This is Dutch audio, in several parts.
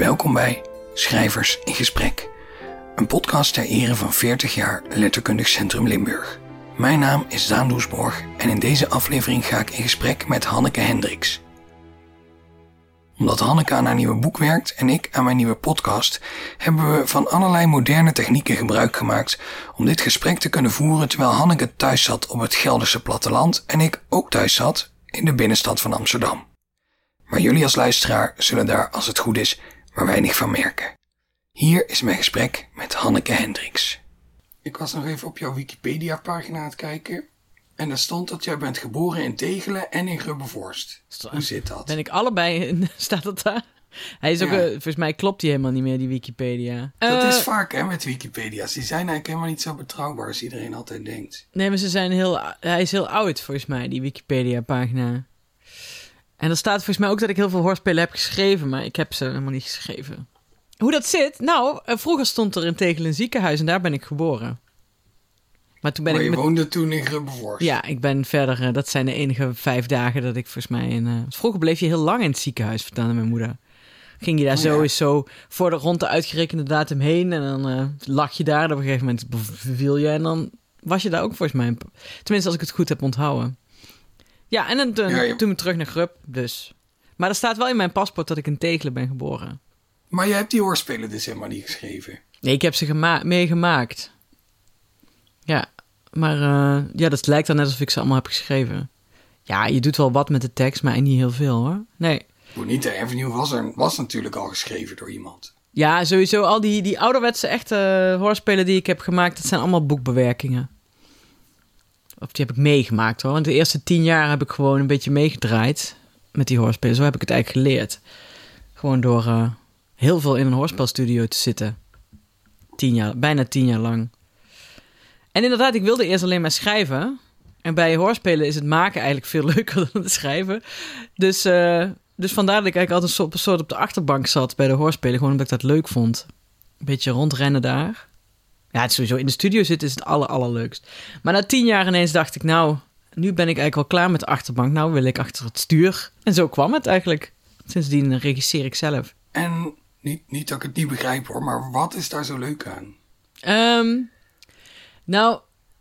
Welkom bij Schrijvers in Gesprek, een podcast ter ere van 40 jaar Letterkundig Centrum Limburg. Mijn naam is Daan Doesborg en in deze aflevering ga ik in gesprek met Hanneke Hendricks. Omdat Hanneke aan haar nieuwe boek werkt en ik aan mijn nieuwe podcast, hebben we van allerlei moderne technieken gebruik gemaakt om dit gesprek te kunnen voeren terwijl Hanneke thuis zat op het Gelderse platteland en ik ook thuis zat in de binnenstad van Amsterdam. Maar jullie als luisteraar zullen daar, als het goed is, maar weinig van merken. Hier is mijn gesprek met Hanneke Hendricks. Ik was nog even op jouw Wikipedia-pagina aan het kijken. En daar stond dat jij bent geboren in Tegelen en in Grubbevorst. Hoe zit dat? Ben ik allebei, staat dat daar? Hij is ook, volgens mij klopt die helemaal niet meer, die Wikipedia. Dat is vaak hè, met Wikipedia's. Die zijn eigenlijk helemaal niet zo betrouwbaar als iedereen altijd denkt. Nee, maar hij is heel oud volgens mij, die Wikipedia-pagina. En er staat volgens mij ook dat ik heel veel hoorspelen heb geschreven, maar ik heb ze helemaal niet geschreven. Hoe dat zit? Nou, vroeger stond er in Tegelen een ziekenhuis en daar ben ik geboren. Maar je woonde toen in Grubbevorst? Ja, ik ben verder, dat zijn de enige 5 dagen dat ik volgens mij... Vroeger bleef je heel lang in het ziekenhuis, vertelde mijn moeder. Ging je daar sowieso rond de uitgerekende datum heen en dan lag je daar. En op een gegeven moment beviel je en dan was je daar ook volgens mij. Tenminste, als ik het goed heb onthouden. Ja, en toen terug naar Grub, dus. Maar er staat wel in mijn paspoort dat ik in Tegelen ben geboren. Maar je hebt die hoorspelen dus helemaal niet geschreven? Nee, ik heb ze meegemaakt. Ja, maar dat lijkt dan net alsof ik ze allemaal heb geschreven. Ja, je doet wel wat met de tekst, maar niet heel veel hoor. Nee. Bonita Avenue was natuurlijk al geschreven door iemand. Ja, sowieso al die ouderwetse echte hoorspelen die ik heb gemaakt, dat zijn allemaal boekbewerkingen. Of die heb ik meegemaakt hoor. Want de eerste 10 jaar heb ik gewoon een beetje meegedraaid met die hoorspelen. Zo heb ik het eigenlijk geleerd. Gewoon door heel veel in een hoorspelstudio te zitten. Bijna 10 jaar lang. En inderdaad, ik wilde eerst alleen maar schrijven. En bij hoorspelen is het maken eigenlijk veel leuker dan het schrijven. Dus vandaar dat ik eigenlijk altijd een soort op de achterbank zat bij de hoorspelen. Gewoon omdat ik dat leuk vond. Een beetje rondrennen daar. Ja, het is sowieso in de studio zitten is het allerleukst. Maar na 10 jaar ineens dacht ik, nou, nu ben ik eigenlijk wel klaar met de achterbank. Nou wil ik achter het stuur. En zo kwam het eigenlijk. Sindsdien regisseer ik zelf. En niet dat ik het niet begrijp hoor, maar wat is daar zo leuk aan? Nou,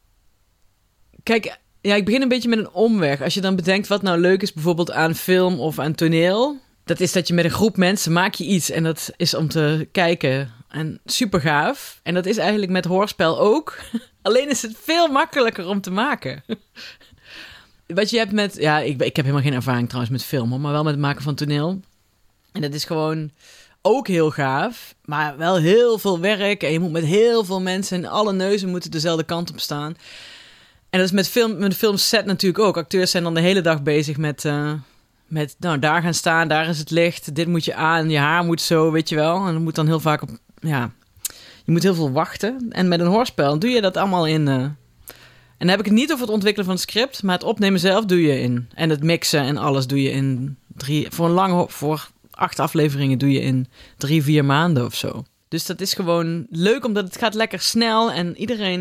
kijk, ja, ik begin een beetje met een omweg. Als je dan bedenkt wat nou leuk is bijvoorbeeld aan film of aan toneel. Dat is dat je met een groep mensen maak je iets en dat is om te kijken. En super gaaf. En dat is eigenlijk met hoorspel ook. Alleen is het veel makkelijker om te maken. Wat je hebt met... Ja, ik heb helemaal geen ervaring trouwens met film, maar wel met het maken van toneel. En dat is gewoon ook heel gaaf, maar wel heel veel werk. En je moet met heel veel mensen en alle neuzen moeten dezelfde kant op staan. En dat is met de filmset natuurlijk ook. Acteurs zijn dan de hele dag bezig met nou, daar gaan staan, daar is het licht, dit moet je aan, je haar moet zo, weet je wel. En dat moet dan heel vaak op, ja, je moet heel veel wachten. En met een hoorspel doe je dat allemaal in. En dan heb ik het niet over het ontwikkelen van het script, maar het opnemen zelf doe je in. En het mixen en alles doe je in voor 8 afleveringen doe je in 3-4 maanden of zo. Dus dat is gewoon leuk, omdat het gaat lekker snel en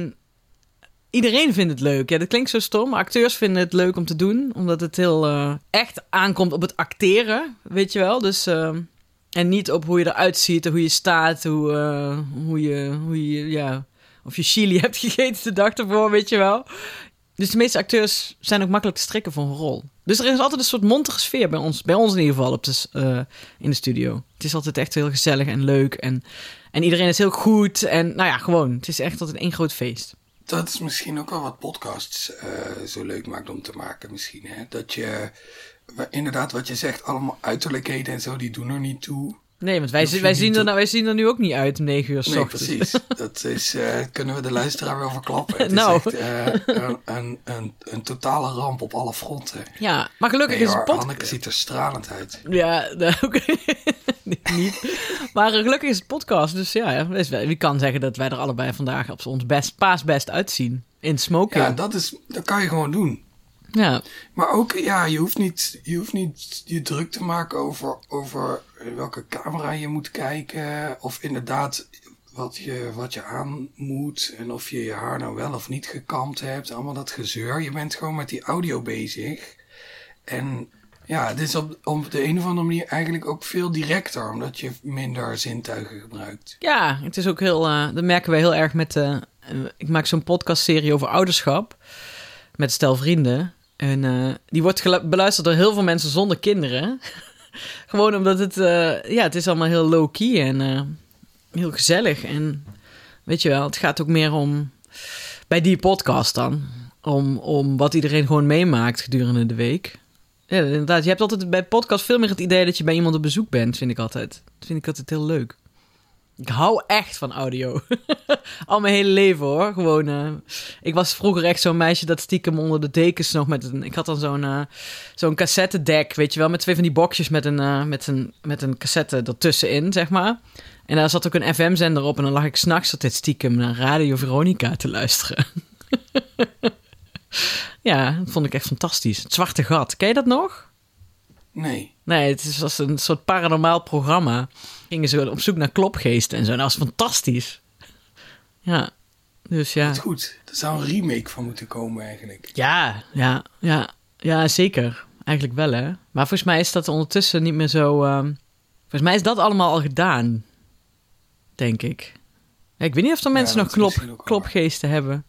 iedereen vindt het leuk. Ja, dat klinkt zo stom, maar acteurs vinden het leuk om te doen. Omdat het heel echt aankomt op het acteren, weet je wel. Dus, en niet op hoe je eruit ziet, hoe je staat, hoe je of je chili hebt gegeten de dag ervoor, weet je wel. Dus de meeste acteurs zijn ook makkelijk te strikken voor een rol. Dus er is altijd een soort montige sfeer bij ons in ieder geval in de studio. Het is altijd echt heel gezellig en leuk en iedereen is heel goed. En nou ja, gewoon, het is echt altijd één groot feest. Dat is misschien ook wel wat podcasts zo leuk maakt om te maken misschien. Hè? Dat je, inderdaad wat je zegt, allemaal uiterlijkheden en zo, die doen er niet toe. Nee, want wij zien er nu ook niet uit om 9 uur 's ochtends. Nee, precies. Dat is, kunnen we de luisteraar wel verklappen. Het is echt een totale ramp op alle fronten. Ja, maar gelukkig is het podcast. Hanneke ziet er stralend uit. Ja, niet. Maar gelukkig is het podcast. Dus ja, wie kan zeggen dat wij er allebei vandaag op ons paasbest uitzien. In smoking. Ja, dat kan je gewoon doen. Ja. Maar ook, ja, je hoeft niet je druk te maken over welke camera je moet kijken. Of inderdaad wat je aan moet. En of je haar nou wel of niet gekamd hebt. Allemaal dat gezeur. Je bent gewoon met die audio bezig. En Ja, het is op de een of andere manier eigenlijk ook veel directer, omdat je minder zintuigen gebruikt. Ja, het is ook heel... dat merken wij heel erg met... ik maak zo'n podcastserie over ouderschap met een stel vrienden. En die wordt beluisterd door heel veel mensen zonder kinderen. Gewoon omdat het... het is allemaal heel low-key en heel gezellig. En weet je wel, het gaat ook meer om... Bij die podcast dan. Om wat iedereen gewoon meemaakt gedurende de week. Ja, inderdaad. Je hebt altijd bij podcast veel meer het idee dat je bij iemand op bezoek bent, vind ik altijd. Dat vind ik altijd heel leuk. Ik hou echt van audio. Al mijn hele leven, hoor. Gewoon, ik was vroeger echt zo'n meisje dat stiekem onder de dekens nog met een... Ik had dan zo'n cassettedek, weet je wel, met 2 van die boxjes met een cassette ertussenin, zeg maar. En daar zat ook een FM-zender op en dan lag ik 's nachts altijd stiekem naar Radio Veronica te luisteren. Ja, dat vond ik echt fantastisch. Het Zwarte Gat, ken je dat nog? Nee. Nee, het was een soort paranormaal programma. Gingen ze op zoek naar klopgeesten en zo. Dat was fantastisch. Ja, dus ja. Dat is goed. Er zou een remake van moeten komen eigenlijk. Ja, zeker. Eigenlijk wel, hè. Maar volgens mij is dat ondertussen niet meer zo... Volgens mij is dat allemaal al gedaan. Denk ik. Ja, ik weet niet of er mensen nog klopgeesten hebben.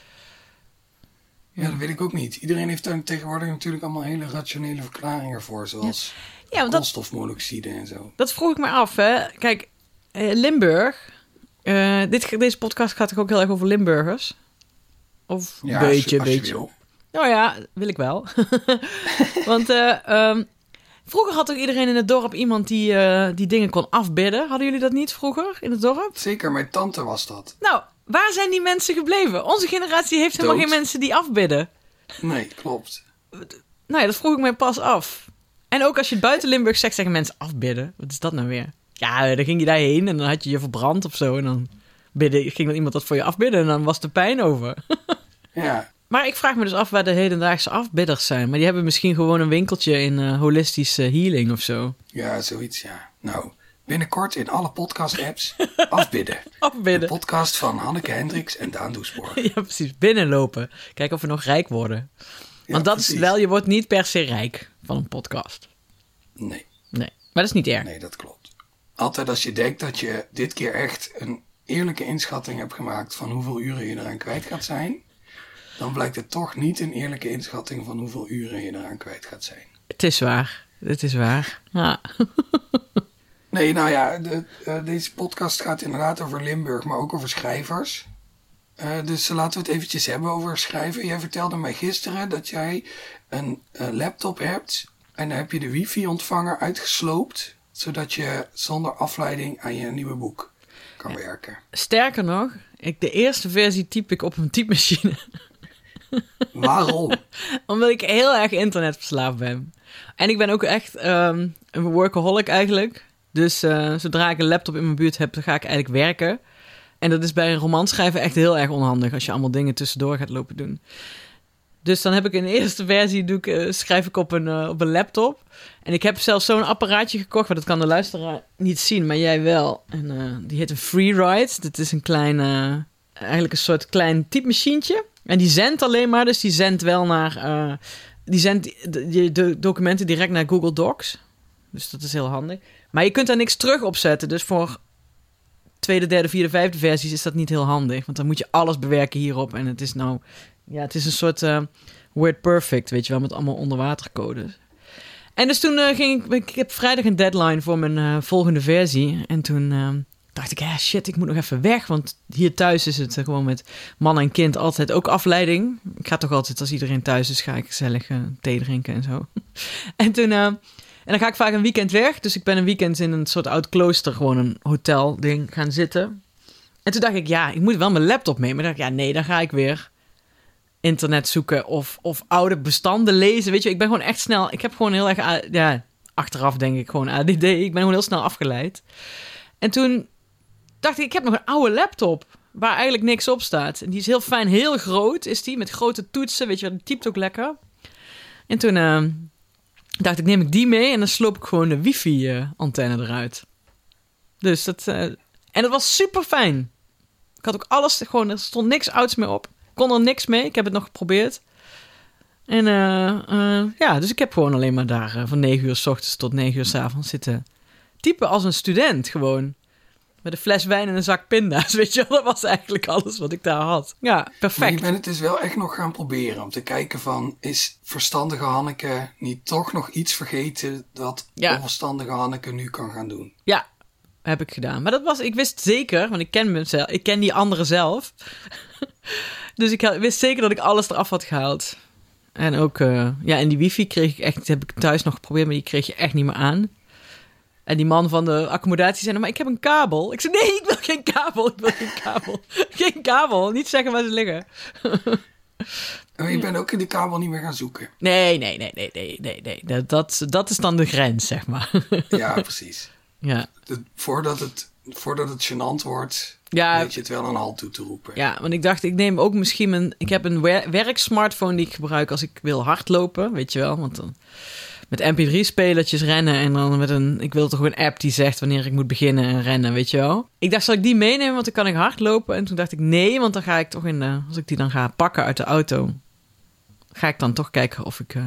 Ja, dat weet ik ook niet. Iedereen heeft daar tegenwoordig natuurlijk allemaal hele rationele verklaringen voor. Zoals koolstofmonoxide en zo. Dat vroeg ik me af, hè. Kijk, Limburg... Deze podcast gaat toch ook heel erg over Limburgers? Of een beetje. Als je wil. Nou ja, wil ik wel. Want vroeger had toch iedereen in het dorp iemand die dingen kon afbidden? Hadden jullie dat niet vroeger in het dorp? Zeker, mijn tante was dat. Nou, waar zijn die mensen gebleven? Onze generatie heeft helemaal geen mensen die afbidden. Nee, klopt. Nou ja, dat vroeg ik me pas af. En ook als je het buiten Limburg zegt, zeggen mensen afbidden. Wat is dat nou weer? Ja, dan ging je daarheen en dan had je je verbrand of zo. En dan ging dan iemand dat voor je afbidden en dan was de pijn over. Ja. Maar ik vraag me dus af waar de hedendaagse afbidders zijn. Maar die hebben misschien gewoon een winkeltje in holistische healing of zo. Ja, zoiets, ja. Nou, binnenkort in alle podcast-apps afbidden. Afbidden. De podcast van Hanneke Hendricks en Daan Doesborg. Ja, precies. Binnenlopen. Kijken of we nog rijk worden. Ja, want dat precies. is wel, je wordt niet per se rijk van een podcast. Nee. Maar dat is niet erg. Nee, dat klopt. Altijd als je denkt dat je dit keer echt een eerlijke inschatting hebt gemaakt van hoeveel uren je eraan kwijt gaat zijn, dan blijkt het toch niet een eerlijke inschatting van hoeveel uren je eraan kwijt gaat zijn. Het is waar. Het is waar. Ja. Nee, nou ja, deze podcast gaat inderdaad over Limburg, maar ook over schrijvers. Dus laten we het eventjes hebben over schrijven. Jij vertelde mij gisteren dat jij een laptop hebt en dan heb je de wifi-ontvanger uitgesloopt, zodat je zonder afleiding aan je nieuwe boek kan werken. Sterker nog, de eerste versie typ ik op een typemachine. Waarom? Omdat ik heel erg internetverslaafd ben. En ik ben ook echt een workaholic eigenlijk. Dus zodra ik een laptop in mijn buurt heb, dan ga ik eigenlijk werken. En dat is bij een romanschrijven echt heel erg onhandig als je allemaal dingen tussendoor gaat lopen doen. Dus dan heb ik in de eerste versie, schrijf ik op een laptop. En ik heb zelfs zo'n apparaatje gekocht, maar dat kan de luisteraar niet zien, maar jij wel. En die heet een FreeRide. Dit is een klein, eigenlijk een soort klein typemachientje. En die zendt alleen maar, dus die zendt wel naar... die zendt de documenten direct naar Google Docs. Dus dat is heel handig. Maar je kunt daar niks terug opzetten. Dus voor tweede, derde, vierde, vijfde versies is dat niet heel handig. Want dan moet je alles bewerken hierop. En het is nou... Ja, het is een soort WordPerfect, weet je wel, met allemaal onderwatercodes. En dus toen ik heb vrijdag een deadline voor mijn volgende versie. En toen dacht ik, shit, ik moet nog even weg. Want hier thuis is het gewoon met man en kind altijd ook afleiding. Ik ga toch altijd, als iedereen thuis is, ga ik gezellig thee drinken en zo. En toen... En dan ga ik vaak een weekend weg. Dus ik ben een weekend in een soort oud klooster, gewoon een hotelding gaan zitten. En toen dacht ik, ik moet wel mijn laptop mee. Maar dan dacht ik, nee, dan ga ik weer internet zoeken of oude bestanden lezen. Weet je, ik ben gewoon echt snel... Ik heb gewoon heel erg... achteraf denk ik gewoon ADD. Ik ben gewoon heel snel afgeleid. En toen dacht ik heb nog een oude laptop waar eigenlijk niks op staat. En die is heel fijn, heel groot is die, met grote toetsen. Weet je wel, die typt ook lekker. En toen... dacht ik, neem ik die mee en dan sloop ik gewoon de wifi-antenne eruit. Dus dat... en dat was super fijn. Ik had ook alles, gewoon, er stond niks ouds meer op. Ik kon er niks mee, ik heb het nog geprobeerd. En dus ik heb gewoon alleen maar daar van 9 uur 's ochtends tot 9 uur 's avonds zitten typen als een student gewoon. Met een fles wijn en een zak pinda's, weet je wel. Dat was eigenlijk alles wat ik daar had. Ja, perfect. Maar je bent het dus wel echt nog gaan proberen om te kijken van... is verstandige Hanneke niet toch nog iets vergeten... dat onverstandige Hanneke nu kan gaan doen? Ja, heb ik gedaan. Maar ik wist zeker, want ik ken mezelf, ik ken die andere zelf. Dus ik wist zeker dat ik alles eraf had gehaald. En ook, en die wifi heb ik thuis nog geprobeerd, maar die kreeg je echt niet meer aan. En die man van de accommodatie zei, maar ik heb een kabel. Ik zei, nee, ik wil geen kabel. Geen kabel, niet zeggen waar ze liggen. Je bent ook in die kabel niet meer gaan zoeken. Nee. Dat is dan de grens, zeg maar. Ja, precies. Ja. Voordat het gênant wordt, weet je het wel een halt toe te roepen. Ja, want ik dacht, ik neem ook misschien ik heb een werksmartphone die ik gebruik als ik wil hardlopen, weet je wel. Want dan met mp3-spelertjes rennen en dan ik wil toch een app die zegt wanneer ik moet beginnen en rennen, weet je wel. Ik dacht, zal ik die meenemen, want dan kan ik hardlopen. En toen dacht ik, nee, want dan ga ik toch als ik die dan ga pakken uit de auto, ga ik dan toch kijken of ik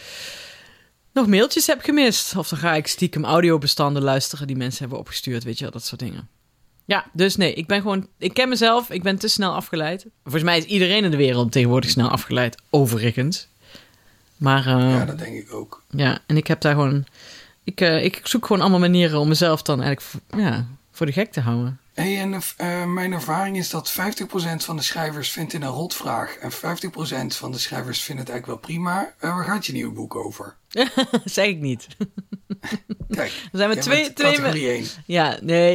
nog mailtjes heb gemist. Of dan ga ik stiekem audiobestanden luisteren die mensen hebben opgestuurd, weet je wel, dat soort dingen. Ja, dus nee, ik ken mezelf, ik ben te snel afgeleid. Volgens mij is iedereen in de wereld tegenwoordig snel afgeleid, overigens. Maar, ja, dat denk ik ook. Ja, en ik heb daar gewoon... Ik zoek gewoon allemaal manieren om mezelf dan eigenlijk voor de gek te houden. Hey, en mijn ervaring is dat 50% van de schrijvers vindt het een rotvraag. En 50% van de schrijvers vindt het eigenlijk wel prima. Waar gaat je nieuwe boek over? Zeg ik niet. Kijk, er zijn we twee categorie 1. Ja,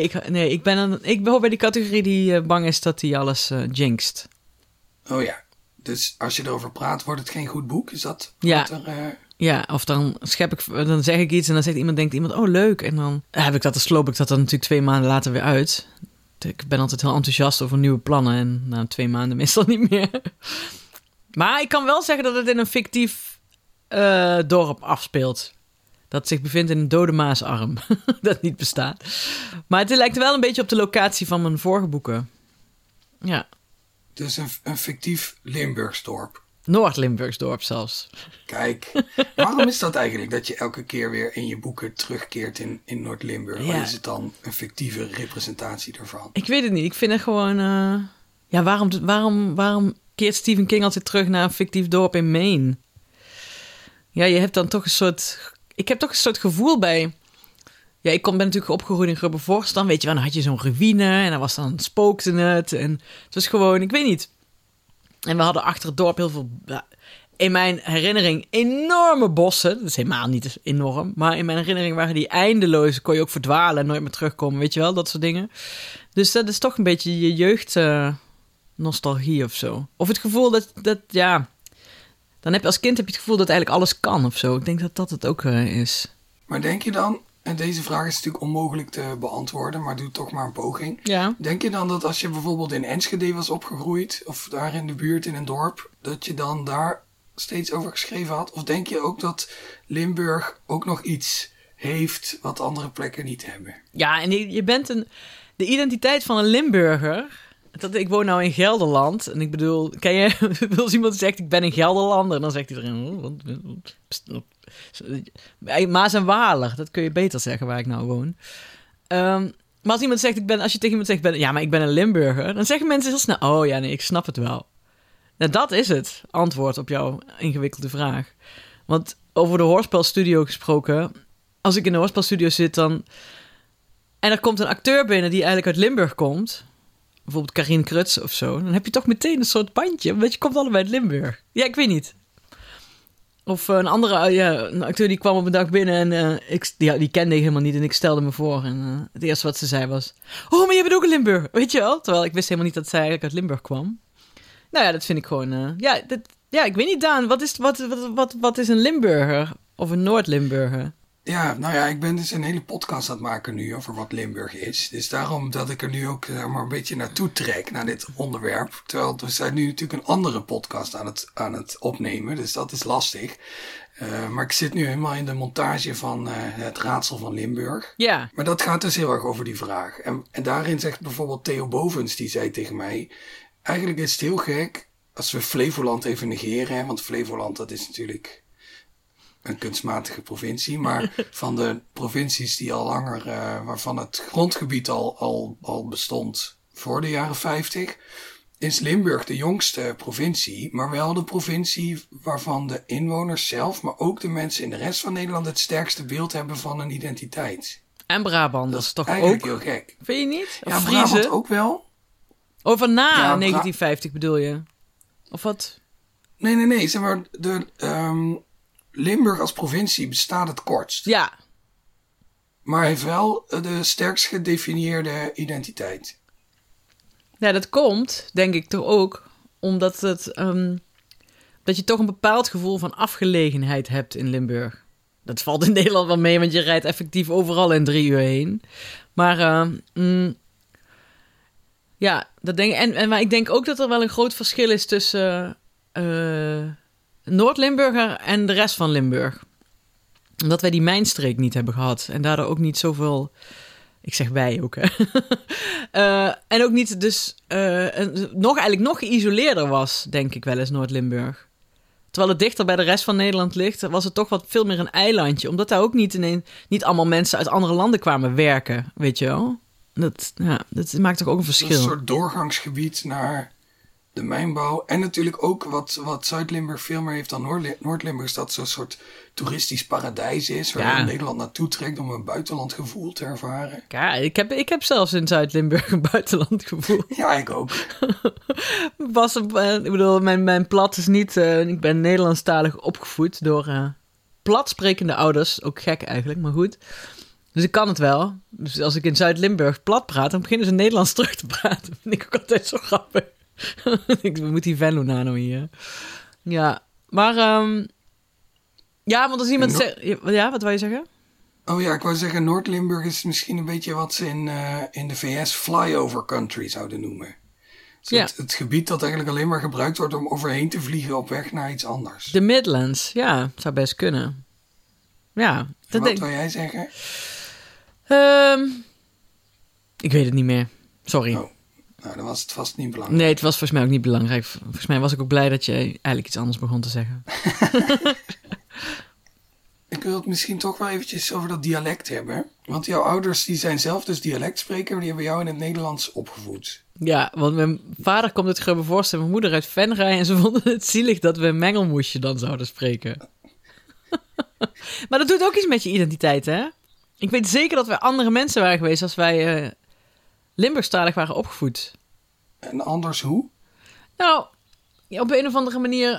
ik behoor bij die categorie die bang is dat hij alles jinxt. Oh ja. Dus als je erover praat, wordt het geen goed boek? Is dat ja. wat er... Ja, of dan zeg ik iets en dan denkt iemand, oh leuk. En dan sloop ik dat dan natuurlijk 2 maanden later weer uit. Ik ben altijd heel enthousiast over nieuwe plannen en na 2 maanden meestal niet meer. Maar ik kan wel zeggen dat het in een fictief dorp afspeelt. Dat zich bevindt in een dode Maasarm. Dat niet bestaat. Maar het lijkt wel een beetje op de locatie van mijn vorige boeken. Ja. Dus een fictief Limburgsdorp. Noord-Limburgsdorp zelfs. Kijk, waarom is dat eigenlijk? Dat je elke keer weer in je boeken terugkeert in Noord-Limburg? Ja. Of is het dan een fictieve representatie ervan? Ik weet het niet. Ik vind het gewoon... waarom keert Stephen King altijd terug naar een fictief dorp in Maine? Ja, je hebt dan toch een soort... Ik heb toch een soort gevoel bij... Ja, ik ben natuurlijk opgegroeid in Grubbevorst. Dan weet je wel, dan had je zo'n ruïne en spookte het. En het was gewoon, ik weet niet... En we hadden achter het dorp heel veel, in mijn herinnering, enorme bossen. Dat is helemaal niet enorm. Maar in mijn herinnering waren die eindeloos. Kon je ook verdwalen en nooit meer terugkomen. Weet je wel, dat soort dingen. Dus dat is toch een beetje je jeugd nostalgie of zo. Of het gevoel dat dan heb je als kind het gevoel dat eigenlijk alles kan of zo. Ik denk dat dat het ook is. Maar denk je dan... En deze vraag is natuurlijk onmogelijk te beantwoorden, maar doe toch maar een poging. Ja. Denk je dan dat als je bijvoorbeeld in Enschede was opgegroeid, of daar in de buurt in een dorp, dat je dan daar steeds over geschreven had? Of denk je ook dat Limburg ook nog iets heeft wat andere plekken niet hebben? Ja, en je bent de identiteit van een Limburger... Ik woon nou in Gelderland. En ik bedoel, ken je... Als iemand zegt, ik ben een Gelderlander... dan zegt iedereen... Maas en Waler, dat kun je beter zeggen waar ik nou woon. Maar als iemand zegt, als je tegen iemand zegt... maar ik ben een Limburger... dan zeggen mensen heel snel... oh ja, nee, ik snap het wel. Nou, dat is het antwoord op jouw ingewikkelde vraag. Want over de hoorspelstudio gesproken... als ik in de hoorspelstudio zit, dan... en er komt een acteur binnen die eigenlijk uit Limburg komt... bijvoorbeeld Karin Kruts of zo... dan heb je toch meteen een soort bandje... want je komt allebei uit Limburg. Ja, ik weet niet. Of een andere een acteur die kwam op een dag binnen... en die kende ik helemaal niet en ik stelde me voor... en het eerste wat ze zei was... oh, maar je bent ook een Limburg, weet je wel? Terwijl ik wist helemaal niet dat zij eigenlijk uit Limburg kwam. Nou ja, dat vind ik gewoon... ik weet niet, Daan, wat is een Limburger? Of een Noord-Limburger? Ja, nou ja, ik ben dus een hele podcast aan het maken nu over wat Limburg is. Dus daarom dat ik er nu ook maar een beetje naartoe trek, naar dit onderwerp. Terwijl we zijn nu natuurlijk een andere podcast aan het opnemen, dus dat is lastig. Maar ik zit nu helemaal in de montage van het raadsel van Limburg. Ja. Maar dat gaat dus heel erg over die vraag. En daarin zegt bijvoorbeeld Theo Bovens, die zei tegen mij... eigenlijk is het heel gek... als we Flevoland even negeren, hè, want Flevoland dat is natuurlijk een kunstmatige provincie, maar van de provincies die al langer, waarvan het grondgebied al bestond voor de jaren 50, is Limburg de jongste provincie, maar wel de provincie waarvan de inwoners zelf, maar ook de mensen in de rest van Nederland het sterkste beeld hebben van een identiteit. En Brabant, dat is toch eigenlijk ook? Heel gek. Vind je niet? Of Ja, Friese? Brabant ook wel. Over na Ja, 1950 bedoel je? Of wat? Nee. Zeg maar, Limburg als provincie bestaat het kortst. Ja. Maar heeft wel de sterkst gedefinieerde identiteit. Ja, dat komt, denk ik toch ook, omdat dat je toch een bepaald gevoel van afgelegenheid hebt in Limburg. Dat valt in Nederland wel mee, want je rijdt effectief overal in 3 uur heen. Maar ja, dat denk ik. Maar ik denk ook dat er wel een groot verschil is tussen Noord-Limburger en de rest van Limburg. Omdat wij die mijnstreek niet hebben gehad. En daardoor ook niet zoveel... Ik zeg wij ook, hè. En ook niet dus... nog geïsoleerder was, denk ik wel eens, Noord-Limburg. Terwijl het dichter bij de rest van Nederland ligt... was het toch wat veel meer een eilandje. Omdat daar ook niet allemaal mensen uit andere landen kwamen werken. Weet je wel? Dat maakt toch ook een verschil. Een soort doorgangsgebied naar de mijnbouw. En natuurlijk ook wat Zuid-Limburg veel meer heeft dan Noord-Limburg... is dat zo'n soort toeristisch paradijs is... waar je Nederland naartoe trekt om een buitenlandgevoel te ervaren. Ja, ik heb zelfs in Zuid-Limburg een buitenlandgevoel. Ja, ik ook. Ik bedoel, mijn plat is niet... ik ben Nederlandstalig opgevoed door platsprekende ouders. Ook gek eigenlijk, maar goed. Dus ik kan het wel. Dus als ik in Zuid-Limburg plat praat... dan beginnen ze Nederlands terug te praten. Dat vind ik ook altijd zo grappig. We moeten die Venlo nano hier. Ja, maar... ja, want als iemand zegt... Ja, wat wil je zeggen? Oh ja, ik wou zeggen... Noord-Limburg is misschien een beetje wat ze in de VS flyover country zouden noemen. Dus het gebied dat eigenlijk alleen maar gebruikt wordt... om overheen te vliegen op weg naar iets anders. De Midlands, ja. Zou best kunnen. Ja. Wat wil jij zeggen? Ik weet het niet meer. Sorry. Oh. Nou, dan was het vast niet belangrijk. Nee, het was volgens mij ook niet belangrijk. Volgens mij was ik ook blij dat je eigenlijk iets anders begon te zeggen. Ik wil het misschien toch wel eventjes over dat dialect hebben. Want jouw ouders die zijn zelf dus dialectspreker... maar die hebben jou in het Nederlands opgevoed. Ja, want mijn vader komt uit Grubbevorst en mijn moeder uit Venray... en ze vonden het zielig dat we een mengelmoesje dan zouden spreken. Maar dat doet ook iets met je identiteit, hè? Ik weet zeker dat wij andere mensen waren geweest... als wij Limburgstalig waren opgevoed. En anders hoe? Nou, op een of andere manier...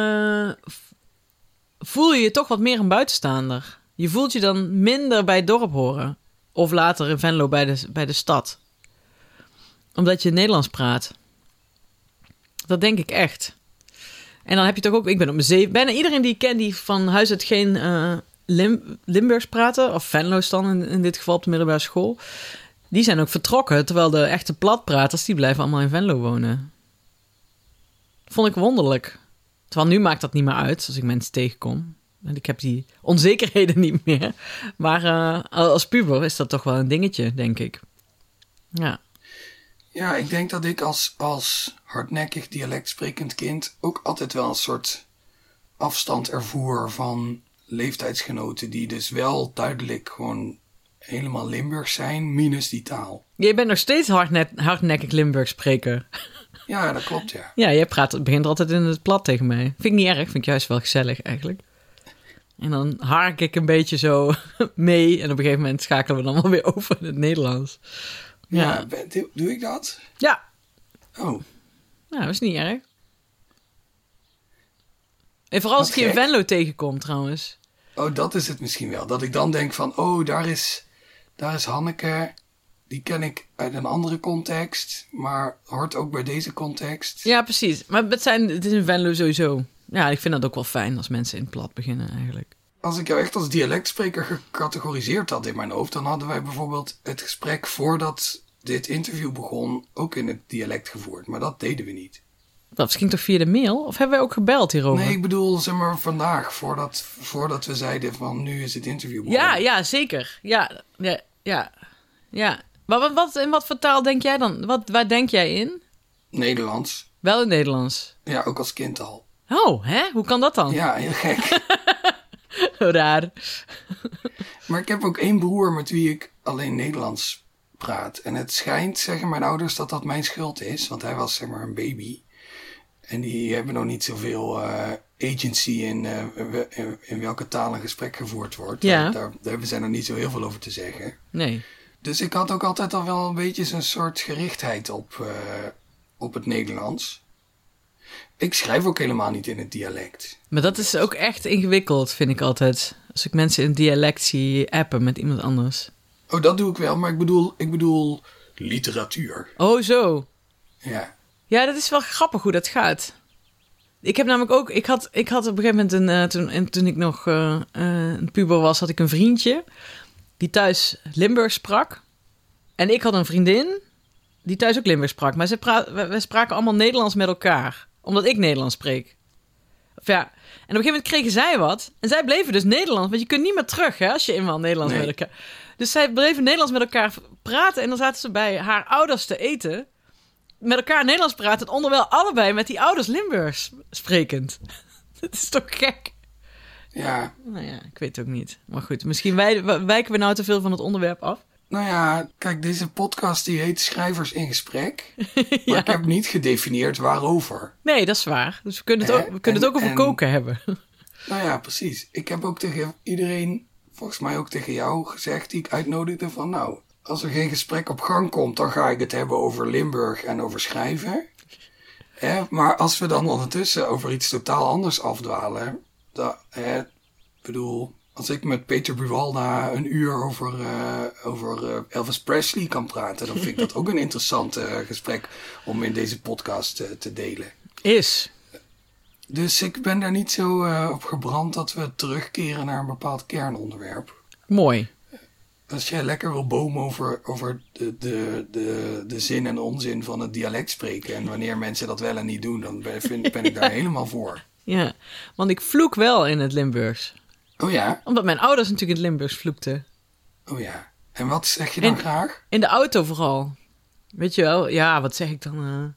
voel je je toch wat meer een buitenstaander. Je voelt je dan minder bij het dorp horen. Of later in Venlo bij de stad. Omdat je Nederlands praat. Dat denk ik echt. En dan heb je toch ook... Ik ben op mijn 7... Bijna iedereen die ik ken die van huis uit geen Limburgs praten... of Venlo's dan in dit geval op de middelbare school... die zijn ook vertrokken. Terwijl de echte platpraters... die blijven allemaal in Venlo wonen. Vond ik wonderlijk. Terwijl nu maakt dat niet meer uit... als ik mensen tegenkom. En ik heb die onzekerheden niet meer. Maar als puber is dat toch wel een dingetje, denk ik. Ja. Ja, ik denk dat ik als hardnekkig dialectsprekend kind... ook altijd wel een soort afstand ervoer van leeftijdsgenoten... die dus wel duidelijk gewoon helemaal Limburgs zijn, minus die taal. Je bent nog steeds hardnekkig Limburgs spreker. Ja, dat klopt, ja. Ja, je begint altijd in het plat tegen mij. Vind ik niet erg, vind ik juist wel gezellig eigenlijk. En dan hark ik een beetje zo mee... en op een gegeven moment schakelen we dan wel weer over in het Nederlands. Ja, doe ik dat? Ja. Oh. Nou, dat is niet erg. En vooral als ik je in Venlo tegenkom, trouwens. Oh, dat is het misschien wel. Dat ik dan denk van... oh, daar is Hanneke... die ken ik uit een andere context... maar hoort ook bij deze context. Ja, precies. Maar het is in Venlo sowieso... Ja, ik vind dat ook wel fijn als mensen in het plat beginnen eigenlijk. Als ik jou echt als dialectspreker gecategoriseerd had in mijn hoofd... dan hadden wij bijvoorbeeld het gesprek voordat dit interview begon... ook in het dialect gevoerd. Maar dat deden we niet. Dat ging toch via de mail? Of hebben wij ook gebeld hierover? Nee, ik bedoel, zeg maar vandaag... voordat we zeiden van nu is het interview begonnen. Ja, zeker. Ja. Maar in wat voor taal denk jij dan? Waar denk jij in? Nederlands. Wel in het Nederlands? Ja, ook als kind al. Oh, hè? Hoe kan dat dan? Ja, heel gek. Raar. Maar ik heb ook 1 broer met wie ik alleen Nederlands praat. En het schijnt, zeggen mijn ouders, dat dat mijn schuld is. Want hij was zeg maar een baby. En die hebben nog niet zoveel agency in welke taal een gesprek gevoerd wordt. Ja. Daar hebben zij nog niet zo heel veel over te zeggen. Nee. Dus ik had ook altijd al wel een beetje zo'n soort gerichtheid op het Nederlands. Ik schrijf ook helemaal niet in het dialect. Maar dat is ook echt ingewikkeld, vind ik altijd. Als ik mensen in dialect zie appen met iemand anders. Oh, dat doe ik wel, maar ik bedoel literatuur. Oh, zo. Ja. Ja, dat is wel grappig hoe dat gaat. Ik heb namelijk ook... Ik had op een gegeven moment, toen ik nog een puber was, had ik een vriendje die thuis Limburgs sprak. En ik had een vriendin die thuis ook Limburgs sprak. Maar we spraken allemaal Nederlands met elkaar. Omdat ik Nederlands spreek. Of ja, en op een gegeven moment kregen zij wat. En zij bleven dus Nederlands. Want je kunt niet meer terug, hè, als je eenmaal Nederlands met elkaar... Dus zij bleven Nederlands met elkaar praten. En dan zaten ze bij haar ouders te eten. Met elkaar Nederlands praten. En onderwijl allebei met die ouders Limburgs sprekend. Dat is toch gek? Ja. Nou ja, ik weet het ook niet. Maar goed, misschien wijken we nou te veel van het onderwerp af. Nou ja, kijk, deze podcast die heet Schrijvers in Gesprek. Maar ik heb niet gedefinieerd waarover. Nee, dat is waar. Dus we kunnen het ook over koken hebben. Nou ja, precies. Ik heb ook tegen iedereen, volgens mij ook tegen jou gezegd, die ik uitnodigde van nou, als er geen gesprek op gang komt, dan ga ik het hebben over Limburg en over schrijven. Maar als we dan ondertussen over iets totaal anders afdwalen, als ik met Peter Buwalda een uur over Elvis Presley kan praten, dan vind ik dat ook een interessant gesprek om in deze podcast te delen. Dus ik ben daar niet zo op gebrand dat we terugkeren naar een bepaald kernonderwerp. Mooi. Als jij lekker wil bomen over de zin en onzin van het dialect spreken en wanneer mensen dat wel en niet doen, dan ben ik daar helemaal voor. Ja, want ik vloek wel in het Limburgs. Oh ja? Omdat mijn ouders natuurlijk in het Limburgs vloekten. Oh ja. En wat zeg je dan graag? In de auto vooral. Weet je wel? Ja, wat zeg ik dan?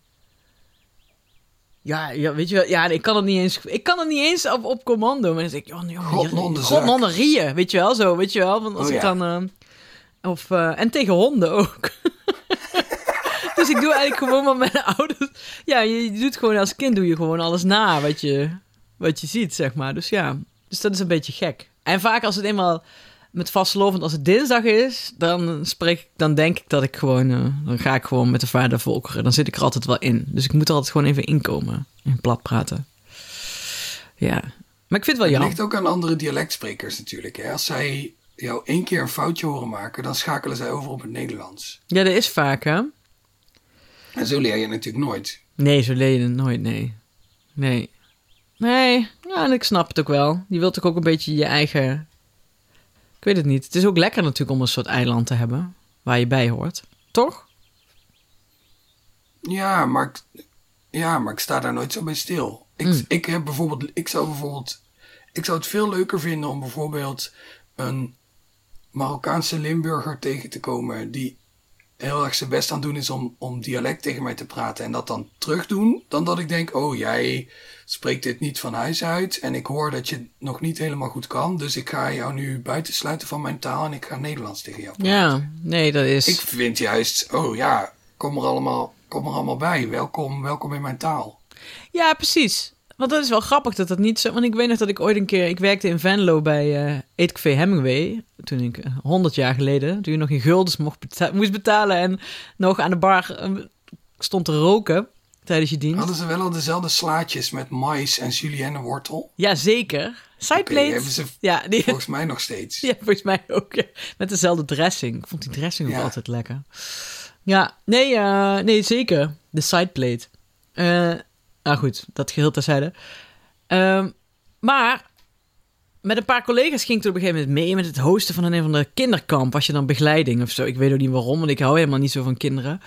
Ja, weet je wel? Ja, ik kan het niet eens op commando. Maar dan zeg ik, God onder rieën. Weet je wel? Zo, weet je wel? Want als ik dan... en tegen honden ook. Dus ik doe eigenlijk gewoon wat mijn ouders... Ja, je doet gewoon als kind doe je gewoon alles na wat je ziet, zeg maar. Dus ja, dus dat is een beetje gek. En vaak als het eenmaal met vastelovend, als het dinsdag is, dan denk ik dat ik gewoon... dan ga ik gewoon met de vader volkeren. Dan zit ik er altijd wel in. Dus ik moet er altijd gewoon even inkomen. In plat praten. Ja. Maar ik vind het wel jammer. Het ligt ook aan andere dialectsprekers natuurlijk. Hè? Als zij jou 1 keer een foutje horen maken, dan schakelen zij over op het Nederlands. Ja, dat is vaak, hè? En zo leer je natuurlijk nooit. Nee, zo leer je het nooit, nee. Ja, en ik snap het ook wel. Je wilt ook een beetje je eigen... Ik weet het niet. Het is ook lekker natuurlijk om een soort eiland te hebben waar je bij hoort. Toch? Ja, maar ik sta daar nooit zo bij stil. Ik zou het veel leuker vinden om bijvoorbeeld een Marokkaanse Limburger tegen te komen die heel erg zijn best aan het doen is om dialect tegen mij te praten en dat dan terug doen, dan dat ik denk, oh, jij spreekt dit niet van huis uit en ik hoor dat je het nog niet helemaal goed kan, dus ik ga jou nu buitensluiten van mijn taal en ik ga Nederlands tegen jou praten. Ja, nee, dat is... Ik vind juist, oh ja, kom er allemaal bij, welkom in mijn taal. Ja, precies. Want dat is wel grappig dat dat niet zo... Want ik weet nog dat ik ooit een keer... Ik werkte in Venlo bij Eetcafé Hemingway. Toen ik 100 jaar geleden... Toen je nog in guldens moest betalen... En nog aan de bar stond te roken tijdens je dienst. Hadden ze wel al dezelfde slaatjes met mais en julienne wortel? Ja, zeker. Sideplate. Hebben ze volgens mij nog steeds. Ja, volgens mij ook. Ja. Met dezelfde dressing. Ik vond die dressing ook altijd lekker. Ja, nee, zeker. De sideplate. Nou goed, dat geheel terzijde. Maar met een paar collega's ging ik toen op een gegeven moment mee met het hosten van een of andere kinderkamp. Was je dan begeleiding of zo? Ik weet ook niet waarom, want ik hou helemaal niet zo van kinderen.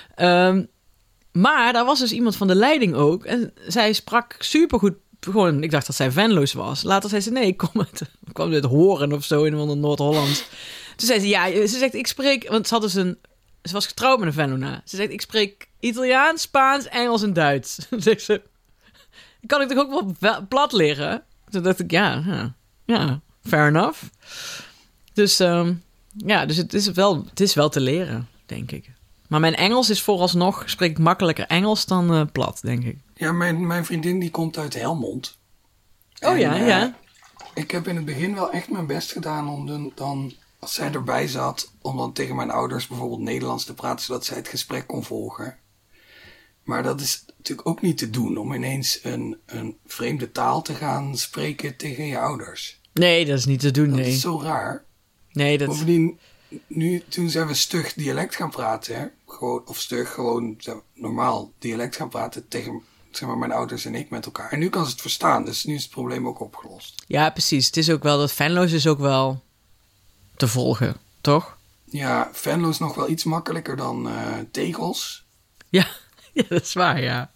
Maar daar was dus iemand van de leiding ook. En zij sprak supergoed. Gewoon, ik dacht dat zij Venlo's was. Later zei ze, nee, ik kwam uit Horen of zo in Noord-Holland. Toen zei ze, ja, ze zegt, ik spreek... Want ze had dus Ze was getrouwd met een Venlona. Ze zegt, ik spreek Italiaans, Spaans, Engels en Duits. Zegt ze, kan ik toch ook wel plat leren? Toen dacht ik, ja, fair enough. Dus dus het is wel te leren, denk ik. Maar mijn Engels is vooralsnog, spreek ik makkelijker Engels dan plat, denk ik. Ja, mijn vriendin die komt uit Helmond. Oh ja. Ik heb in het begin wel echt mijn best gedaan om dan, als zij erbij zat, om dan tegen mijn ouders bijvoorbeeld Nederlands te praten, zodat zij het gesprek kon volgen. Maar dat is natuurlijk ook niet te doen, om ineens een vreemde taal te gaan spreken tegen je ouders. Nee, dat is niet te doen, Dat is zo raar. Nee, Bovendien, toen zijn we stug dialect gaan praten, hè? Gewoon normaal dialect gaan praten tegen, zeg maar, mijn ouders en ik met elkaar. En nu kan ze het verstaan, dus nu is het probleem ook opgelost. Ja, precies. Het is ook wel, dat Venlo's is ook wel te volgen, toch? Ja, Venlo is nog wel iets makkelijker dan Tegels. Ja, dat is waar, ja.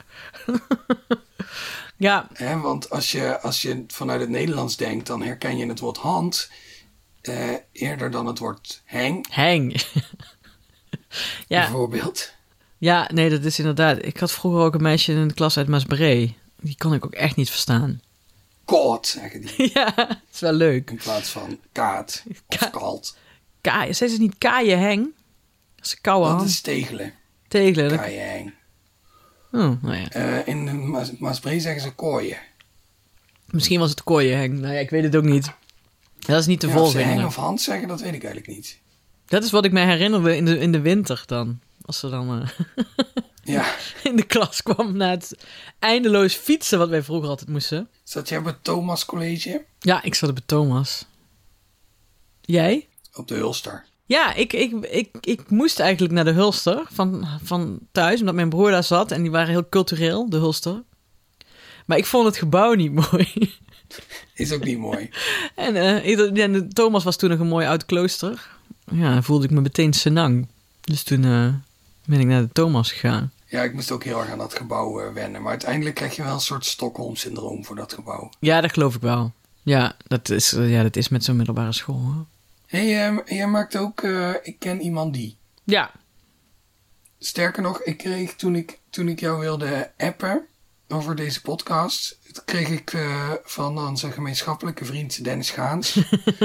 Ja. Want als je vanuit het Nederlands denkt, dan herken je het woord hand eerder dan het woord heng. Heng. Ja. Bijvoorbeeld. Ja, nee, dat is inderdaad. Ik had vroeger ook een meisje in de klas uit Maasbree. Die kon ik ook echt niet verstaan. Koud, zeggen die. Ja, dat is wel leuk. In plaats van kaat of kalt. Zei ze niet kaaien heng? Dat is koude hand. Dat is tegelen. Tegelen. Kaaien heng. Oh, nou ja. In Maasbree zeggen ze kooien. Misschien was het kooien heng. Nou ja, ik weet het ook niet. Dat is niet te volgen. Of ze heng of hand zeggen, dat weet ik eigenlijk niet. Dat is wat ik me herinnerde in de winter dan. Als ze dan ja. in de klas kwam na het eindeloos fietsen wat wij vroeger altijd moesten. Zat jij op het Thomas College? Ja, ik zat op het Thomas. Jij? Op de Hulster. Ja, ik moest eigenlijk naar de Hulster van thuis, omdat mijn broer daar zat. En die waren heel cultureel, de Hulster. Maar ik vond het gebouw niet mooi. Is ook niet mooi. En de Thomas was toen nog een mooi oud klooster. Ja, dan voelde ik me meteen senang. Dus toen ben ik naar de Thomas gegaan. Ja, ik moest ook heel erg aan dat gebouw wennen. Maar uiteindelijk krijg je wel een soort Stockholm-syndroom voor dat gebouw. Ja, dat geloof ik wel. Ja, dat is met zo'n middelbare school. Hoor. Hey, jij maakt ook Ik ken iemand die. Ja. Sterker nog, ik kreeg toen ik jou wilde appen over deze podcast, kreeg ik van onze gemeenschappelijke vriend Dennis Gaans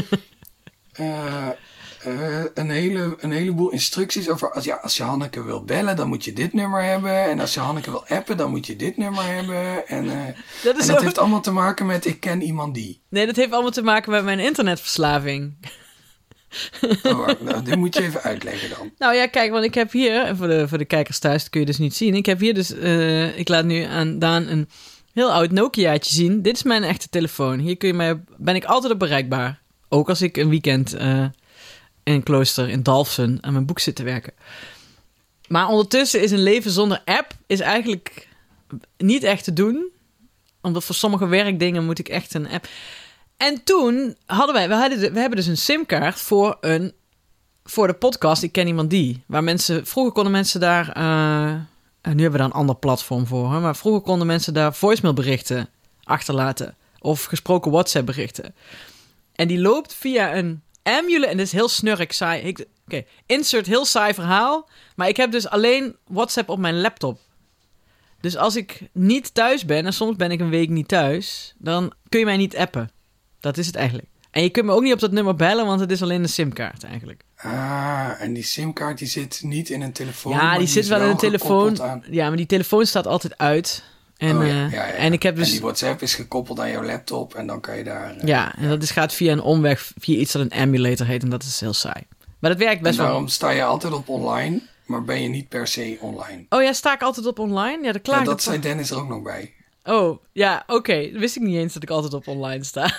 een heleboel instructies over als je Hanneke wil bellen, dan moet je dit nummer hebben. En als je Hanneke wil appen, dan moet je dit nummer hebben. En dat heeft allemaal te maken met Ik ken iemand die. Nee, dat heeft allemaal te maken met mijn internetverslaving. Nou, dit moet je even uitleggen dan. Nou ja, kijk, want ik heb hier, voor de kijkers thuis, dat kun je dus niet zien. Ik heb hier dus, ik laat nu aan Daan een heel oud Nokiaatje zien. Dit is mijn echte telefoon. Hier ben ik altijd op bereikbaar. Ook als ik een weekend in een klooster in Dalfsen aan mijn boek zit te werken. Maar ondertussen is een leven zonder app is eigenlijk niet echt te doen. Omdat voor sommige werkdingen moet ik echt een app. En toen hadden we hebben dus een simkaart voor de podcast Ik ken iemand die. Vroeger konden mensen daar, en nu hebben we daar een ander platform voor. Hè, maar vroeger konden mensen daar voicemailberichten achterlaten. Of gesproken WhatsApp berichten. En die loopt via een ambulance. En dit is heel snurk saai. Insert heel saai verhaal. Maar ik heb dus alleen WhatsApp op mijn laptop. Dus als ik niet thuis ben, en soms ben ik een week niet thuis, dan kun je mij niet appen. Dat is het eigenlijk. En je kunt me ook niet op dat nummer bellen, want het is alleen een simkaart eigenlijk. Ah, en die simkaart die zit niet in een telefoon. Ja, die zit wel in een telefoon. Aan... Ja, maar die telefoon staat altijd uit. En, en ik heb dus... En die WhatsApp is gekoppeld aan jouw laptop en dan kan je daar... en dat gaat via een omweg, via iets dat een emulator heet en dat is heel saai. Maar dat werkt best wel. En daarom sta je altijd op online, maar ben je niet per se online. Oh ja, sta ik altijd op online? Ja, dat zei Dennis er ook nog bij. Oh, ja, oké. Wist ik niet eens dat ik altijd op online sta.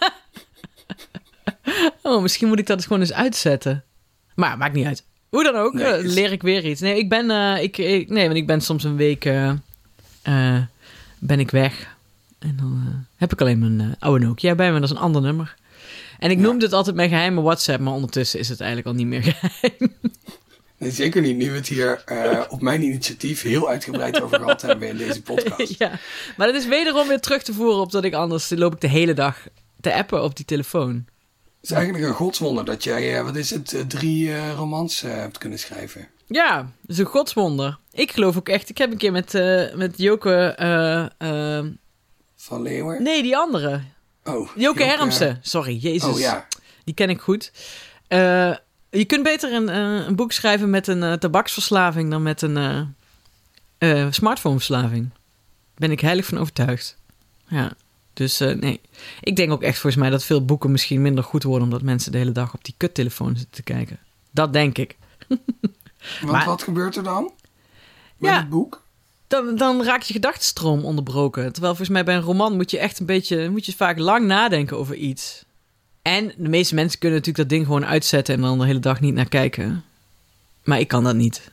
Oh, misschien moet ik dat gewoon eens uitzetten. Maar maakt niet uit. Hoe dan ook, leer ik weer iets. Nee, want ik ben soms een week ben ik weg. En dan heb ik alleen mijn oude Nokia bij me. Dat is een ander nummer. En ik noemde het altijd mijn geheime WhatsApp, maar ondertussen is het eigenlijk al niet meer geheim. Nee, zeker niet. Nu we het hier op mijn initiatief heel uitgebreid over gehad hebben in deze podcast. Ja, maar dat is wederom weer terug te voeren op dat ik anders loop ik de hele dag te appen op die telefoon. Het is eigenlijk een godswonder dat jij, 3 romans hebt kunnen schrijven. Ja, dat is een godswonder. Ik geloof ook echt... Ik heb een keer met Joke... Van Leeuwen? Nee, die andere. Oh. Joke Hermsen. Sorry, jezus. Oh ja. Die ken ik goed. Je kunt beter een boek schrijven met een tabaksverslaving dan met een smartphoneverslaving. Ben ik heilig van overtuigd. Ja, dus nee. Ik denk ook echt volgens mij dat veel boeken misschien minder goed worden omdat mensen de hele dag op die kuttelefoon zitten te kijken. Dat denk ik. Want wat gebeurt er dan? Met het boek? Dan raakt je gedachtenstroom onderbroken. Terwijl volgens mij bij een roman moet je vaak lang nadenken over iets. En de meeste mensen kunnen natuurlijk dat ding gewoon uitzetten en dan de hele dag niet naar kijken. Maar ik kan dat niet.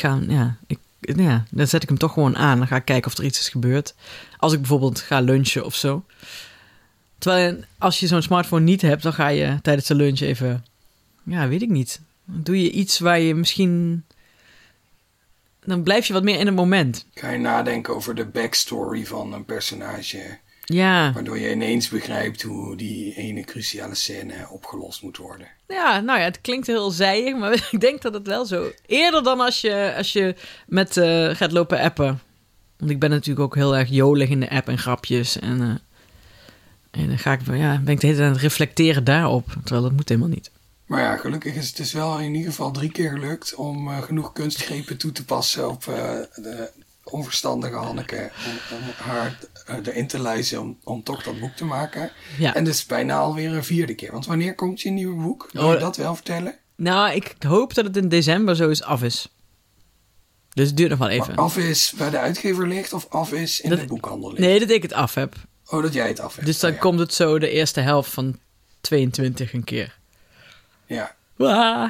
Dan zet ik hem toch gewoon aan. Dan ga ik kijken of er iets is gebeurd. Als ik bijvoorbeeld ga lunchen of zo. Terwijl als je zo'n smartphone niet hebt, dan ga je tijdens de lunch even... Ja, weet ik niet. Dan doe je iets waar je misschien... Dan blijf je wat meer in het moment. Ga je nadenken over de backstory van een personage. Ja. Waardoor je ineens begrijpt hoe die ene cruciale scène opgelost moet worden. Ja, nou ja, het klinkt heel zijig, maar ik denk dat het wel zo... Eerder dan als je met gaat lopen appen. Want ik ben natuurlijk ook heel erg jolig in de app en grapjes. En dan ben ik de hele tijd aan het reflecteren daarop. Terwijl dat moet helemaal niet. Maar ja, gelukkig is het dus wel in ieder geval 3 keer gelukt om genoeg kunstgrepen toe te passen op de onverstandige Hanneke. Om haar erin te lijzen om toch dat boek te maken. Ja. En dus bijna alweer een 4e keer. Want wanneer komt je nieuwe boek? Wil je dat wel vertellen? Nou, ik hoop dat het in december zo is af is. Dus het duurt nog wel even. Maar af is bij de uitgever ligt of af is in de boekhandel ligt? Nee, dat ik het af heb. Oh, dat jij het af hebt. Dus dan komt het zo de eerste helft van 22 een keer. Ja. Waaah.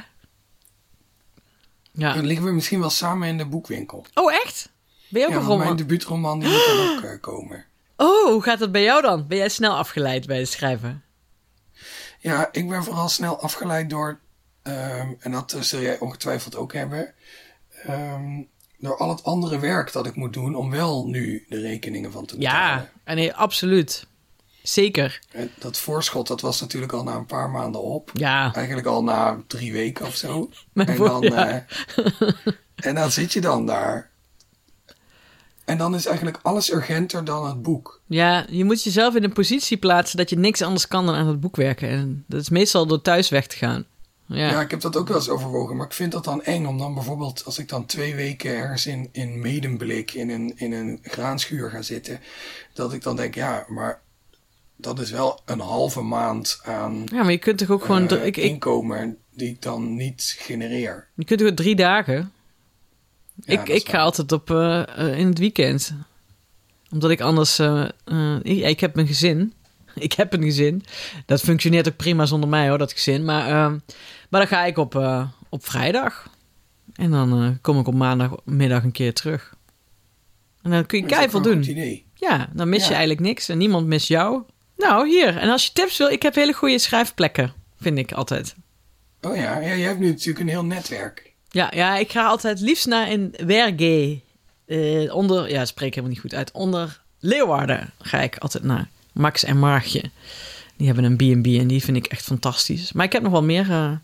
Ja. Dan liggen we misschien wel samen in de boekwinkel. Oh, echt? Ben je ook een roman? Mijn debuutroman die moet dan ook komen. Oh, hoe gaat dat bij jou dan? Ben jij snel afgeleid bij het schrijven? Ja, ik ben vooral snel afgeleid door... en dat zul jij ongetwijfeld ook hebben... door al het andere werk dat ik moet doen... om wel nu de rekeningen van te betalen. Ja, nee, absoluut. Zeker. En dat voorschot, dat was natuurlijk al na een paar maanden op. Ja. Eigenlijk al na 3 weken of zo. En dan zit je dan daar. En dan is eigenlijk alles urgenter dan het boek. Ja, je moet jezelf in een positie plaatsen dat je niks anders kan dan aan het boek werken. En dat is meestal door thuis weg te gaan. Ja, ik heb dat ook wel eens overwogen. Maar ik vind dat dan eng om dan bijvoorbeeld... als ik dan 2 weken ergens in Medemblik... in een graanschuur ga zitten... dat ik dan denk, ja, maar... dat is wel een halve maand aan... Ja, maar je kunt toch ook gewoon... inkomen die ik dan niet genereer. Je kunt toch 3 dagen... Ja, ik ga altijd op in het weekend. Omdat ik anders... ik heb een gezin. Ik heb een gezin. Dat functioneert ook prima zonder mij, hoor, dat gezin. Maar dan ga ik op vrijdag. En dan kom ik op maandagmiddag een keer terug. En dan kun je keiveel doen. Dat is een goed idee. Ja, dan mis je eigenlijk niks. En niemand mist jou. Nou, hier. En als je tips wil... Ik heb hele goede schrijfplekken. Vind ik altijd. Oh ja, jij hebt nu natuurlijk een heel netwerk. Ja, ik ga altijd liefst naar een Werge. Spreek ik helemaal niet goed uit. Onder Leeuwarden ga ik altijd naar. Max en Margje. Die hebben een B&B en die vind ik echt fantastisch. Maar ik heb nog wel meer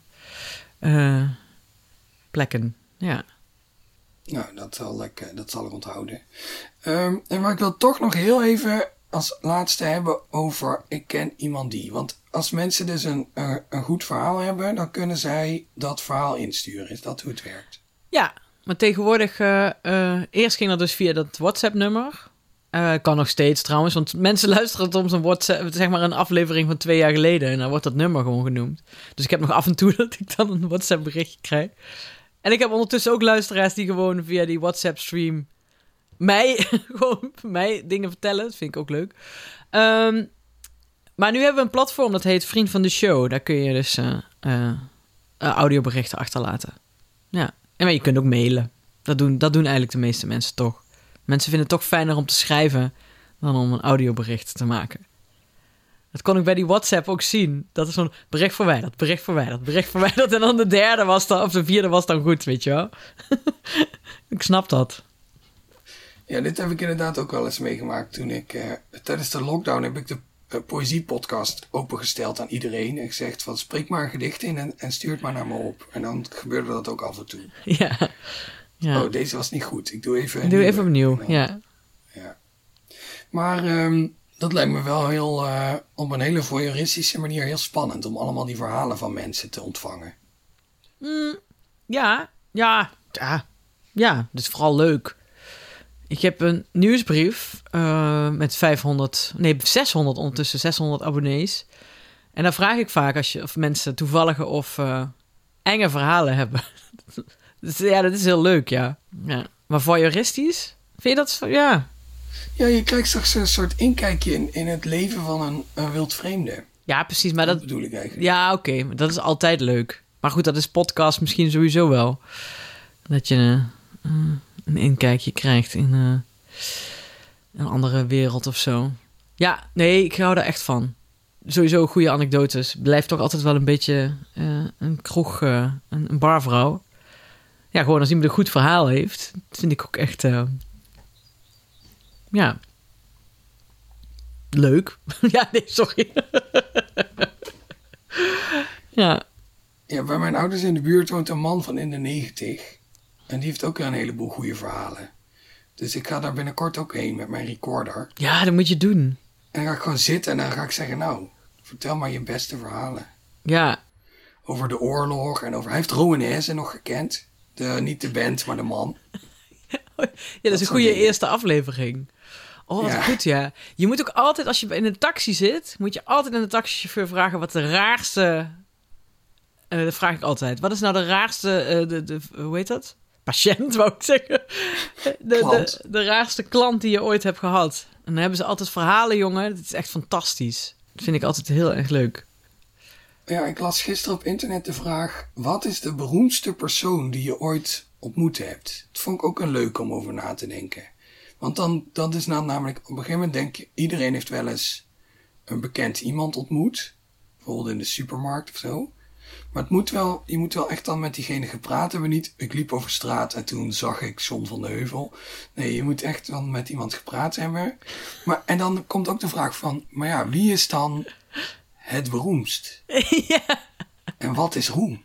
plekken. Ja. Nou, dat zal ik onthouden. Maar ik wil toch nog heel even als laatste hebben over ik ken iemand die. Want als mensen dus een goed verhaal hebben, dan kunnen zij dat verhaal insturen. Is dat hoe het werkt? Ja, maar tegenwoordig... eerst ging dat dus via dat WhatsApp-nummer. Kan nog steeds trouwens, want mensen luisteren soms een WhatsApp, zeg maar een aflevering van 2 jaar geleden. En dan wordt dat nummer gewoon genoemd. Dus ik heb nog af en toe dat ik dan een WhatsApp-berichtje krijg. En ik heb ondertussen ook luisteraars die gewoon via die WhatsApp-stream mij dingen vertellen. Dat vind ik ook leuk. Maar nu hebben we een platform dat heet Vriend van de Show. Daar kun je dus audioberichten achterlaten. Ja, maar je kunt ook mailen. Dat doen eigenlijk de meeste mensen toch. Mensen vinden het toch fijner om te schrijven dan om een audiobericht te maken. Dat kon ik bij die WhatsApp ook zien. Dat is zo'n bericht verwijderd, bericht verwijderd, bericht verwijderd. En dan de 3e was dan, of de 4e was dan goed, weet je wel. Ik snap dat. Ja, dit heb ik inderdaad ook wel eens meegemaakt toen ik... tijdens de lockdown heb ik poëziepodcast opengesteld aan iedereen. En gezegd van spreek maar een gedicht in en stuur het maar naar me op. En dan gebeurde dat ook af en toe. Ja. Ja. Oh, deze was niet goed. Ik doe even opnieuw, dan, ja. Maar dat lijkt me wel heel, op een hele voyeuristische manier heel spannend. Om allemaal die verhalen van mensen te ontvangen. Ja, dat is vooral leuk. Ik heb een nieuwsbrief met 600 ondertussen, 600 abonnees. En dan vraag ik vaak of mensen toevallige of enge verhalen hebben. Dus ja, dat is heel leuk, ja. Maar voyeuristisch? Vind je dat? Ja. Ja, je krijgt straks een soort inkijkje in het leven van een wildvreemde. Ja, precies. Maar dat bedoel ik eigenlijk. Ja, oké. Maar dat is altijd leuk. Maar goed, dat is podcast misschien sowieso wel. Dat je een inkijkje krijgt in een andere wereld of zo. Ja, nee, ik hou daar echt van. Sowieso goede anekdotes. Blijft toch altijd wel een beetje een kroeg, een barvrouw. Ja, gewoon als iemand een goed verhaal heeft, vind ik ook echt, leuk. Ja, nee, sorry. Ja. Ja, bij mijn ouders in de buurt woont een man van in de 90. En die heeft ook een heleboel goede verhalen. Dus ik ga daar binnenkort ook heen met mijn recorder. Ja, dat moet je doen. En dan ga ik gewoon zitten en dan ga ik zeggen, nou, vertel maar je beste verhalen. Ja. Over de oorlog en over... Hij heeft Rowanese nog gekend. Niet de band, maar de man. Ja, dat is een goede eerste aflevering. Oh, wat goed, ja. Je moet ook altijd, als je in een taxi zit... moet je altijd aan de taxichauffeur vragen wat de raarste... dat vraag ik altijd. Wat is nou de raarste... hoe heet dat? Patiënt, wou ik zeggen. De raarste klant die je ooit hebt gehad. En dan hebben ze altijd verhalen, jongen. Dat is echt fantastisch. Dat vind ik altijd heel erg leuk. Ja, ik las gisteren op internet de vraag... wat is de beroemdste persoon die je ooit ontmoet hebt? Dat vond ik ook een leuk om over na te denken. Want dan is namelijk... op een gegeven moment denk je... iedereen heeft wel eens een bekend iemand ontmoet. Bijvoorbeeld in de supermarkt of zo. Maar je moet wel echt dan met diegene gepraat hebben. Niet, ik liep over straat en toen zag ik John van de Heuvel. Nee, je moet echt dan met iemand gepraat hebben. En dan komt ook de vraag van... maar ja, wie is dan het beroemdst? Ja. En wat is roem?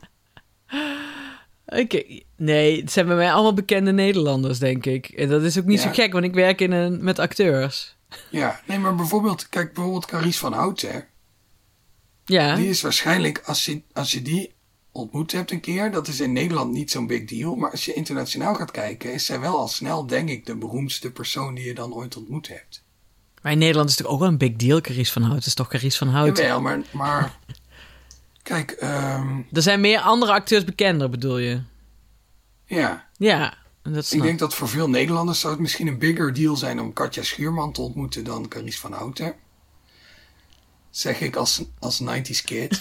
Nee, het zijn bij mij allemaal bekende Nederlanders, denk ik. En dat is ook niet zo gek, want ik werk met acteurs. Ja, nee, maar bijvoorbeeld Carice van Houten. Ja. Die is waarschijnlijk, als je die ontmoet hebt een keer... dat is in Nederland niet zo'n big deal... maar als je internationaal gaat kijken... is zij wel al snel, denk ik, de beroemdste persoon... die je dan ooit ontmoet hebt. Maar in Nederland is het toch ook wel een big deal, Carice van Houten. Het is toch Carice van Houten? Jawel, maar kijk... Er zijn meer andere acteurs bekender, bedoel je? Ja. Ja, ik denk dat voor veel Nederlanders... zou het misschien een bigger deal zijn... om Katja Schuurman te ontmoeten dan Carice van Houten. Zeg ik als 90s kid.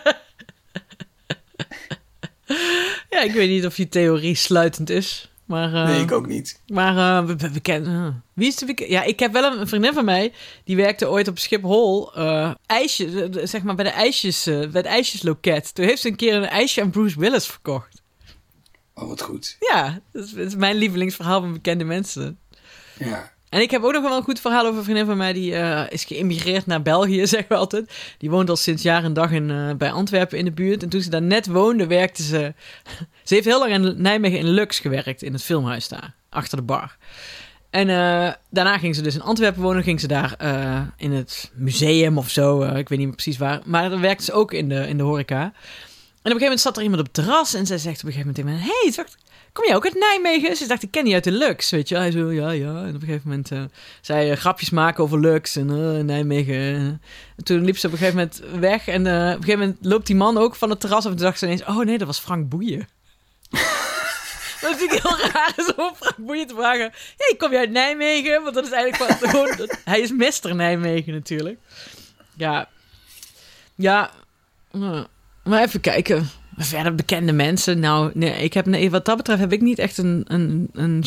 Ja, ik weet niet of je theorie sluitend is. Maar, nee, ik ook niet. Maar we kennen... Wie is de bekend? Ja, ik heb wel een vriendin van mij... die werkte ooit op Schiphol... zeg maar bij het ijsjesloket. Toen heeft ze een keer een ijsje aan Bruce Willis verkocht. Oh, wat goed. Ja, dat is mijn lievelingsverhaal van bekende mensen. Ja. En ik heb ook nog wel een goed verhaal over een vriendin van mij... die is geïmigreerd naar België, zeggen we altijd. Die woont al sinds jaar en dag bij Antwerpen in de buurt. En toen ze daar net woonde, werkte ze... Ze heeft heel lang in Nijmegen in Lux gewerkt, in het filmhuis daar, achter de bar. En daarna ging ze dus in Antwerpen wonen, ging ze daar in het museum of zo, ik weet niet meer precies waar. Maar dan werkte ze ook in de horeca. En op een gegeven moment zat er iemand op het terras en zij zegt op een gegeven moment tegen mij... Hey, kom jij ook uit Nijmegen? Ze dacht, ik ken die uit de Lux, weet je. Hij zo, ja. En op een gegeven moment zei grapjes maken over Lux en Nijmegen. En toen liep ze op een gegeven moment weg. En op een gegeven moment loopt die man ook van het terras af. En toen dacht ze ineens, oh nee, dat was Frank Boeien. Dat is natuurlijk heel raar, zo Frank Boeien te vragen. Hey, kom jij uit Nijmegen? Want dat is eigenlijk gewoon... Hij is Mr. Nijmegen natuurlijk. Ja. Maar even kijken... Verder bekende mensen. Nou, nee, wat dat betreft heb ik niet echt een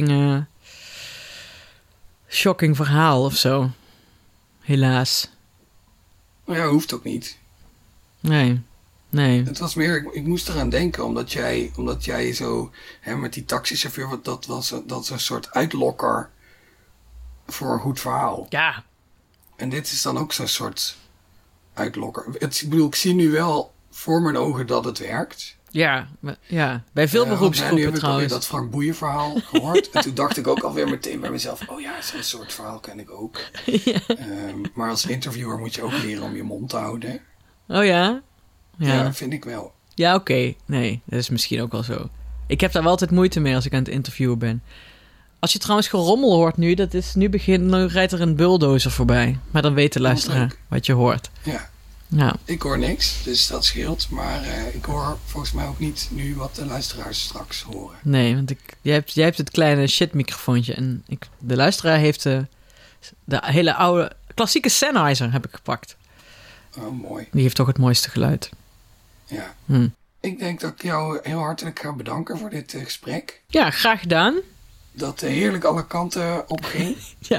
shocking verhaal of zo. Helaas. Nou ja, hoeft ook niet. Nee. Het was meer, ik moest eraan denken, omdat jij zo, met die taxichauffeur, dat was een soort uitlokker voor een goed verhaal. Ja. En dit is dan ook zo'n soort uitlokker. Ik bedoel, ik zie nu wel voor mijn ogen dat het werkt. Ja, bij veel beroepsgroepen nu heb ik trouwens. alweer dat Frank Boeien verhaal gehoord. En toen dacht ik ook alweer meteen bij mezelf... oh ja, zo'n soort verhaal ken ik ook. Ja. Maar als interviewer moet je ook leren om je mond te houden. Oh ja? Ja, vind ik wel. Ja, oké. Nee, dat is misschien ook wel zo. Ik heb daar wel altijd moeite mee als ik aan het interviewen ben. Als je trouwens gerommel hoort nu... nu rijdt er een bulldozer voorbij. Maar dan weet de luisteraar wat je hoort. Ja. Ik hoor niks, dus dat scheelt. Maar ik hoor volgens mij ook niet nu wat de luisteraars straks horen. Nee, want jij hebt het kleine shitmicrofoontje. En de luisteraar heeft de hele oude... klassieke Sennheiser heb ik gepakt. Oh, mooi. Die heeft toch het mooiste geluid. Ja. Ik denk dat ik jou heel hartelijk ga bedanken voor dit gesprek. Ja, graag gedaan. Dat heerlijk alle kanten opging.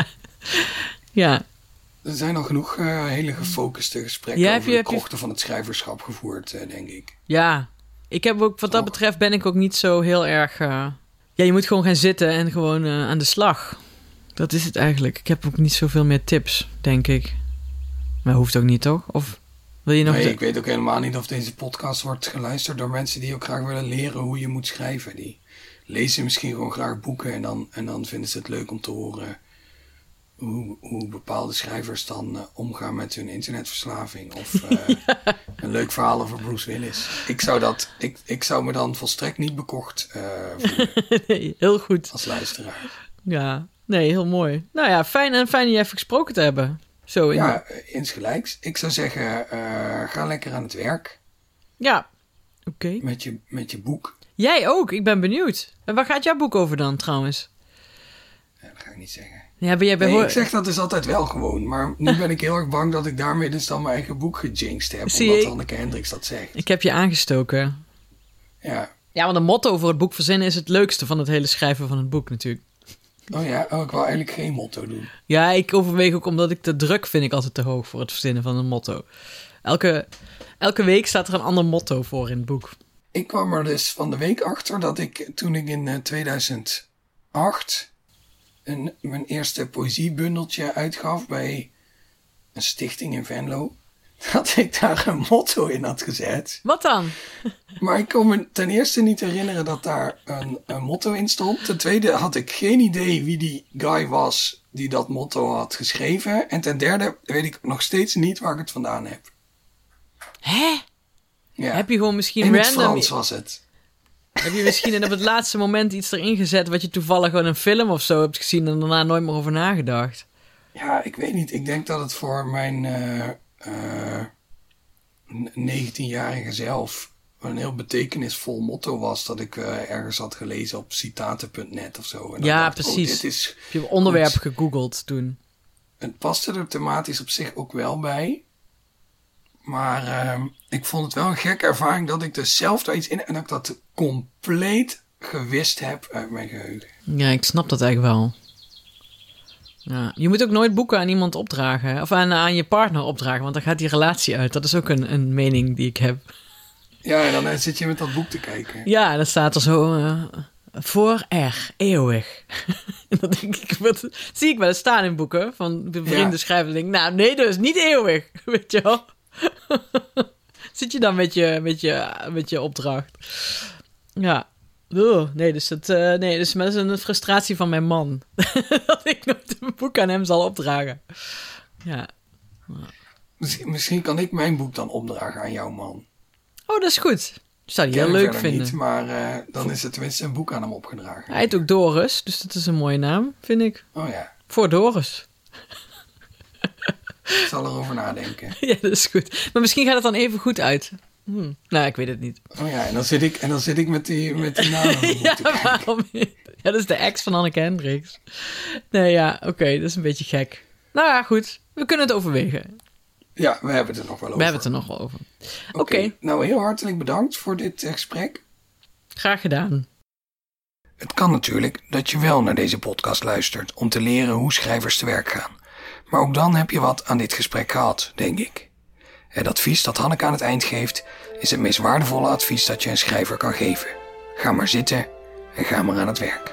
Ja. Er zijn al genoeg hele gefocuste gesprekken over de krochten van het schrijverschap gevoerd, denk ik. Ja, ik heb ook, wat dat betreft ben ik ook niet zo heel erg... Ja, je moet gewoon gaan zitten en gewoon aan de slag. Dat is het eigenlijk. Ik heb ook niet zoveel meer tips, denk ik. Maar hoeft ook niet, toch? Of wil je nog... Nee, ik weet ook helemaal niet of deze podcast wordt geluisterd door mensen die ook graag willen leren hoe je moet schrijven. Die lezen misschien gewoon graag boeken en dan vinden ze het leuk om te horen... Hoe bepaalde schrijvers dan omgaan met hun internetverslaving. Of een leuk verhaal over Bruce Willis. Ik zou me dan volstrekt niet bekocht voelen. Nee, heel goed. Als luisteraar. Ja, nee, heel mooi. Nou ja, fijn je even gesproken te hebben. Zo insgelijks. Ik zou zeggen, ga lekker aan het werk. Ja, oké. Met je boek. Jij ook, ik ben benieuwd. En waar gaat jouw boek over dan trouwens? Ja, dat ga ik niet zeggen. Ja, Ik zeg dat dus altijd wel gewoon. Maar nu ben ik heel erg bang dat ik daarmee dus dan mijn eigen boek gejinxed heb. Omdat Hanneke Hendricks dat zegt. Ik heb je aangestoken. Ja. Ja, want een motto voor het boek verzinnen is het leukste van het hele schrijven van het boek natuurlijk. Oh ja, ik wil eigenlijk geen motto doen. Ja, ik overweeg ook omdat ik de druk vind ik altijd te hoog voor het verzinnen van een motto. Elke week staat er een ander motto voor in het boek. Ik kwam er dus van de week achter dat toen ik in 2008... mijn eerste poëziebundeltje uitgaf bij een stichting in Venlo, dat ik daar een motto in had gezet. Wat dan? Maar ik kon me ten eerste niet herinneren dat daar een motto in stond. Ten tweede had ik geen idee wie die guy was die dat motto had geschreven. En ten derde weet ik nog steeds niet waar ik het vandaan heb. Hè? Ja. Heb je gewoon misschien in random... het Frans was het. Heb je misschien op het laatste moment iets erin gezet wat je toevallig gewoon een film of zo hebt gezien en daarna nooit meer over nagedacht? Ja, ik weet niet. Ik denk dat het voor mijn 19-jarige zelf een heel betekenisvol motto was dat ik ergens had gelezen op citaten.net of zo. En ja, dacht, precies. Heb je onderwerp gegoogeld toen? Het paste er thematisch op zich ook wel bij. Maar ik vond het wel een gekke ervaring dat ik dus zelf daar iets in... en dat ik dat compleet gewist heb uit mijn geheugen. Ja, ik snap dat eigenlijk wel. Ja, je moet ook nooit boeken aan iemand opdragen. Hè? Of aan je partner opdragen, want dan gaat die relatie uit. Dat is ook een mening die ik heb. Ja, en dan zit je met dat boek te kijken. Ja, dan staat er zo... voor eeuwig. En dan denk ik, wat zie ik wel eens staan in boeken van vrienden schrijven. Denk ik, nou nee, dat is niet eeuwig. Weet je wel? Zit je dan met je opdracht? Ja. Nee, dus dat is een frustratie van mijn man. Dat ik nooit een boek aan hem zal opdragen. Ja. Misschien kan ik mijn boek dan opdragen aan jouw man. Oh, dat is goed. Zou die heel leuk vinden. Niet, maar dan is het tenminste een boek aan hem opgedragen. Hij heet ook Doris, dus dat is een mooie naam, vind ik. Oh ja. Voor Doris. Ik zal erover nadenken. Ja, dat is goed. Maar misschien gaat het dan even goed uit. Nou, ik weet het niet. Oh ja, en dan zit ik met die naam op ja, waarom niet? Ja, dat is de ex van Hanneke Hendricks. Nee, ja, oké, dat is een beetje gek. Nou ja, goed. We kunnen het overwegen. Ja, we hebben het er nog wel over. We hebben het er nog wel over. Oké. Nou, heel hartelijk bedankt voor dit gesprek. Graag gedaan. Het kan natuurlijk dat je wel naar deze podcast luistert om te leren hoe schrijvers te werk gaan. Maar ook dan heb je wat aan dit gesprek gehad, denk ik. Het advies dat Hanneke aan het eind geeft is het meest waardevolle advies dat je een schrijver kan geven. Ga maar zitten en ga maar aan het werk.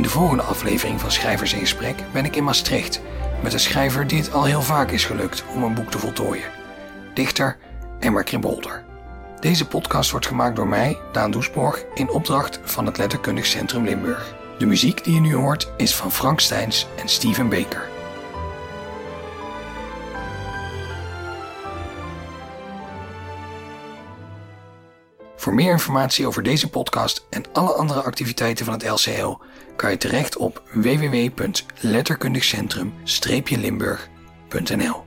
de volgende aflevering van Schrijvers in Gesprek ben ik in Maastricht met een schrijver die het al heel vaak is gelukt om een boek te voltooien. Dichter Emmer Kribbolder. Deze podcast wordt gemaakt door mij, Daan Doesborg, in opdracht van het Letterkundig Centrum Limburg. De muziek die je nu hoort is van Frank Steins en Steven Baker. Voor meer informatie over deze podcast en alle andere activiteiten van het LCL kan je terecht op www.letterkundigcentrum-limburg.nl.